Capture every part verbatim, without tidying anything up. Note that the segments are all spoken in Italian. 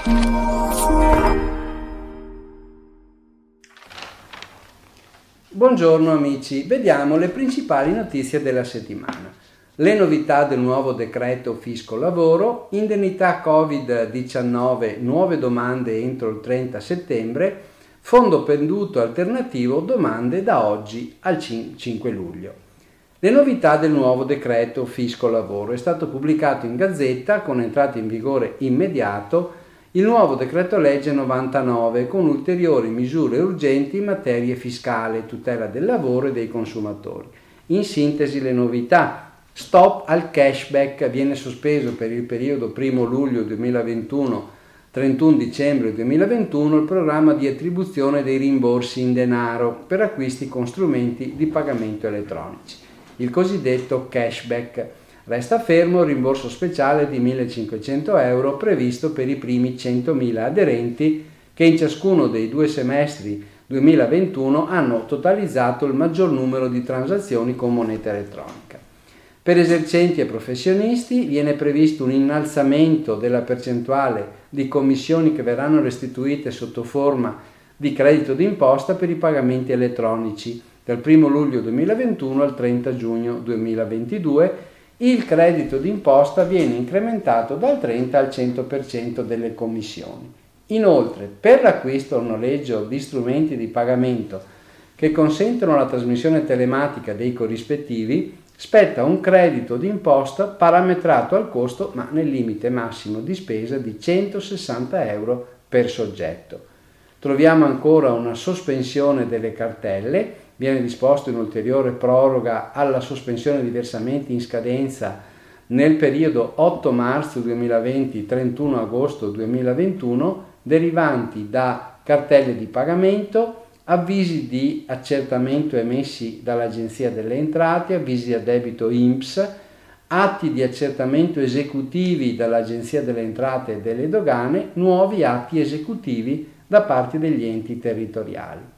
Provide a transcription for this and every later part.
Buongiorno amici, vediamo le principali notizie della settimana. Le novità del nuovo decreto fisco lavoro, indennità covid diciannove, nuove domande entro il trenta settembre, fondo perduto alternativo, domande da oggi al cinque luglio. Le novità del nuovo decreto fisco lavoro: è stato pubblicato in Gazzetta con entrata in vigore immediato il nuovo decreto legge novantanove con ulteriori misure urgenti in materia fiscale, tutela del lavoro e dei consumatori. In sintesi le novità: stop al cashback, viene sospeso per il periodo primo luglio duemilaventuno trentuno dicembre duemilaventuno il programma di attribuzione dei rimborsi in denaro per acquisti con strumenti di pagamento elettronici, il cosiddetto cashback. Resta fermo il rimborso speciale di millecinquecento euro previsto per i primi centomila aderenti che in ciascuno dei due semestri duemilaventuno hanno totalizzato il maggior numero di transazioni con moneta elettronica. Per esercenti e professionisti viene previsto un innalzamento della percentuale di commissioni che verranno restituite sotto forma di credito d'imposta per i pagamenti elettronici dal primo luglio duemilaventuno al trenta giugno duemilaventidue. Il credito d'imposta viene incrementato dal trenta al cento per cento delle commissioni. Inoltre, per l'acquisto o noleggio di strumenti di pagamento che consentono la trasmissione telematica dei corrispettivi, spetta un credito d'imposta parametrato al costo, ma nel limite massimo di spesa di centosessanta euro per soggetto. Troviamo ancora una sospensione delle cartelle. Viene disposto un'ulteriore proroga alla sospensione di versamenti in scadenza nel periodo otto marzo duemilaventi trentuno agosto duemilaventuno derivanti da cartelle di pagamento, avvisi di accertamento emessi dall'Agenzia delle Entrate, avvisi a debito I N P S, atti di accertamento esecutivi dall'Agenzia delle Entrate e delle Dogane, nuovi atti esecutivi da parte degli enti territoriali.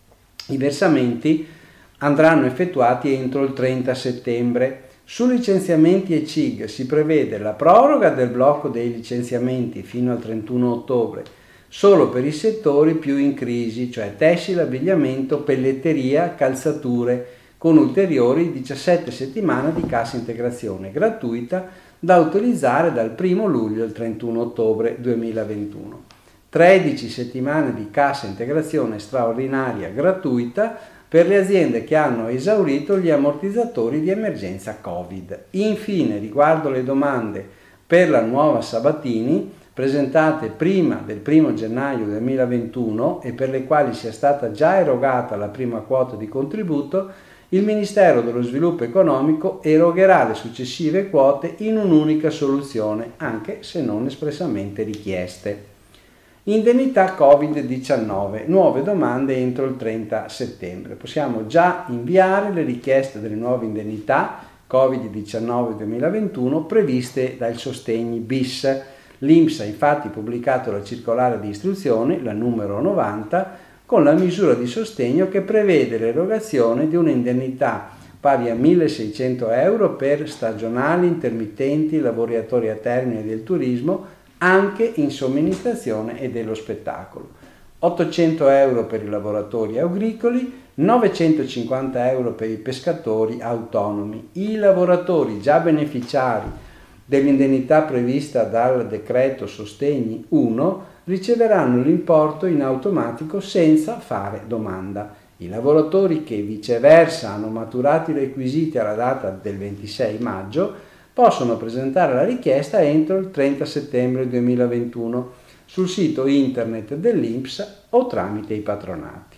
I versamenti andranno effettuati entro il trenta settembre. Su licenziamenti e C I G si prevede la proroga del blocco dei licenziamenti fino al trentuno ottobre solo per i settori più in crisi, cioè tessile, abbigliamento, pelletteria, calzature, con ulteriori diciassette settimane di cassa integrazione gratuita da utilizzare dal primo luglio al trentuno ottobre duemilaventuno. tredici settimane di cassa integrazione straordinaria gratuita per le aziende che hanno esaurito gli ammortizzatori di emergenza Covid. Infine, riguardo le domande per la nuova Sabatini, presentate prima del primo gennaio duemilaventuno e per le quali sia stata già erogata la prima quota di contributo, il Ministero dello Sviluppo Economico erogherà le successive quote in un'unica soluzione, anche se non espressamente richieste. Indennità covid diciannove, nuove domande entro il trenta settembre. Possiamo già inviare le richieste delle nuove indennità covid diciannove duemilaventuno previste dal Sostegni bis. L'I N P S ha infatti pubblicato la circolare di istruzione, la numero novanta, con la misura di sostegno che prevede l'erogazione di un'indennità pari a milleseicento euro per stagionali, intermittenti, lavoratori a termine del turismo, anche in somministrazione e dello spettacolo, ottocento euro per i lavoratori agricoli, novecentocinquanta euro per i pescatori autonomi. I lavoratori già beneficiari dell'indennità prevista dal decreto Sostegni uno riceveranno l'importo in automatico senza fare domanda. I lavoratori che viceversa hanno maturato i requisiti alla data del ventisei maggio possono presentare la richiesta entro il trenta settembre duemilaventuno sul sito internet dell'I N P S o tramite i patronati.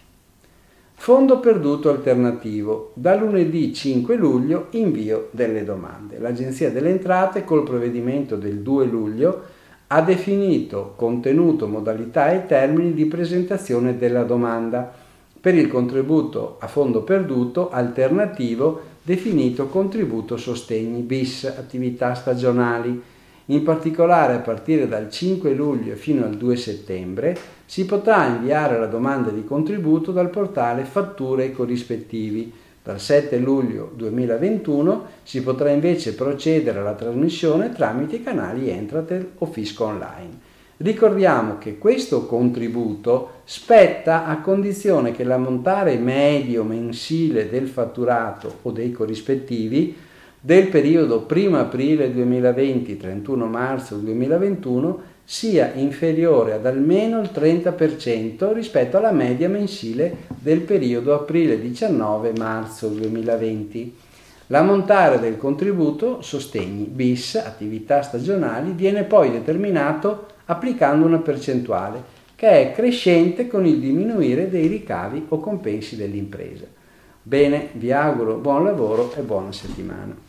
Fondo perduto alternativo. Da lunedì cinque luglio invio delle domande. L'Agenzia delle Entrate col provvedimento del due luglio ha definito contenuto, modalità e termini di presentazione della domanda per il contributo a fondo perduto alternativo definito contributo sostegni bis, attività stagionali. In particolare, a partire dal cinque luglio fino al due settembre si potrà inviare la domanda di contributo dal portale Fatture e corrispettivi. Dal sette luglio duemilaventuno si potrà invece procedere alla trasmissione tramite i canali Entratel o Fisco Online. Ricordiamo che questo contributo spetta a condizione che l'ammontare medio mensile del fatturato o dei corrispettivi del periodo primo aprile duemilaventi - trentuno marzo duemilaventuno sia inferiore ad almeno il trenta per cento rispetto alla media mensile del periodo aprile diciannove - marzo duemilaventi. L'ammontare del contributo sostegni bis attività stagionali viene poi determinato applicando una percentuale che è crescente con il diminuire dei ricavi o compensi dell'impresa. Bene, vi auguro buon lavoro e buona settimana.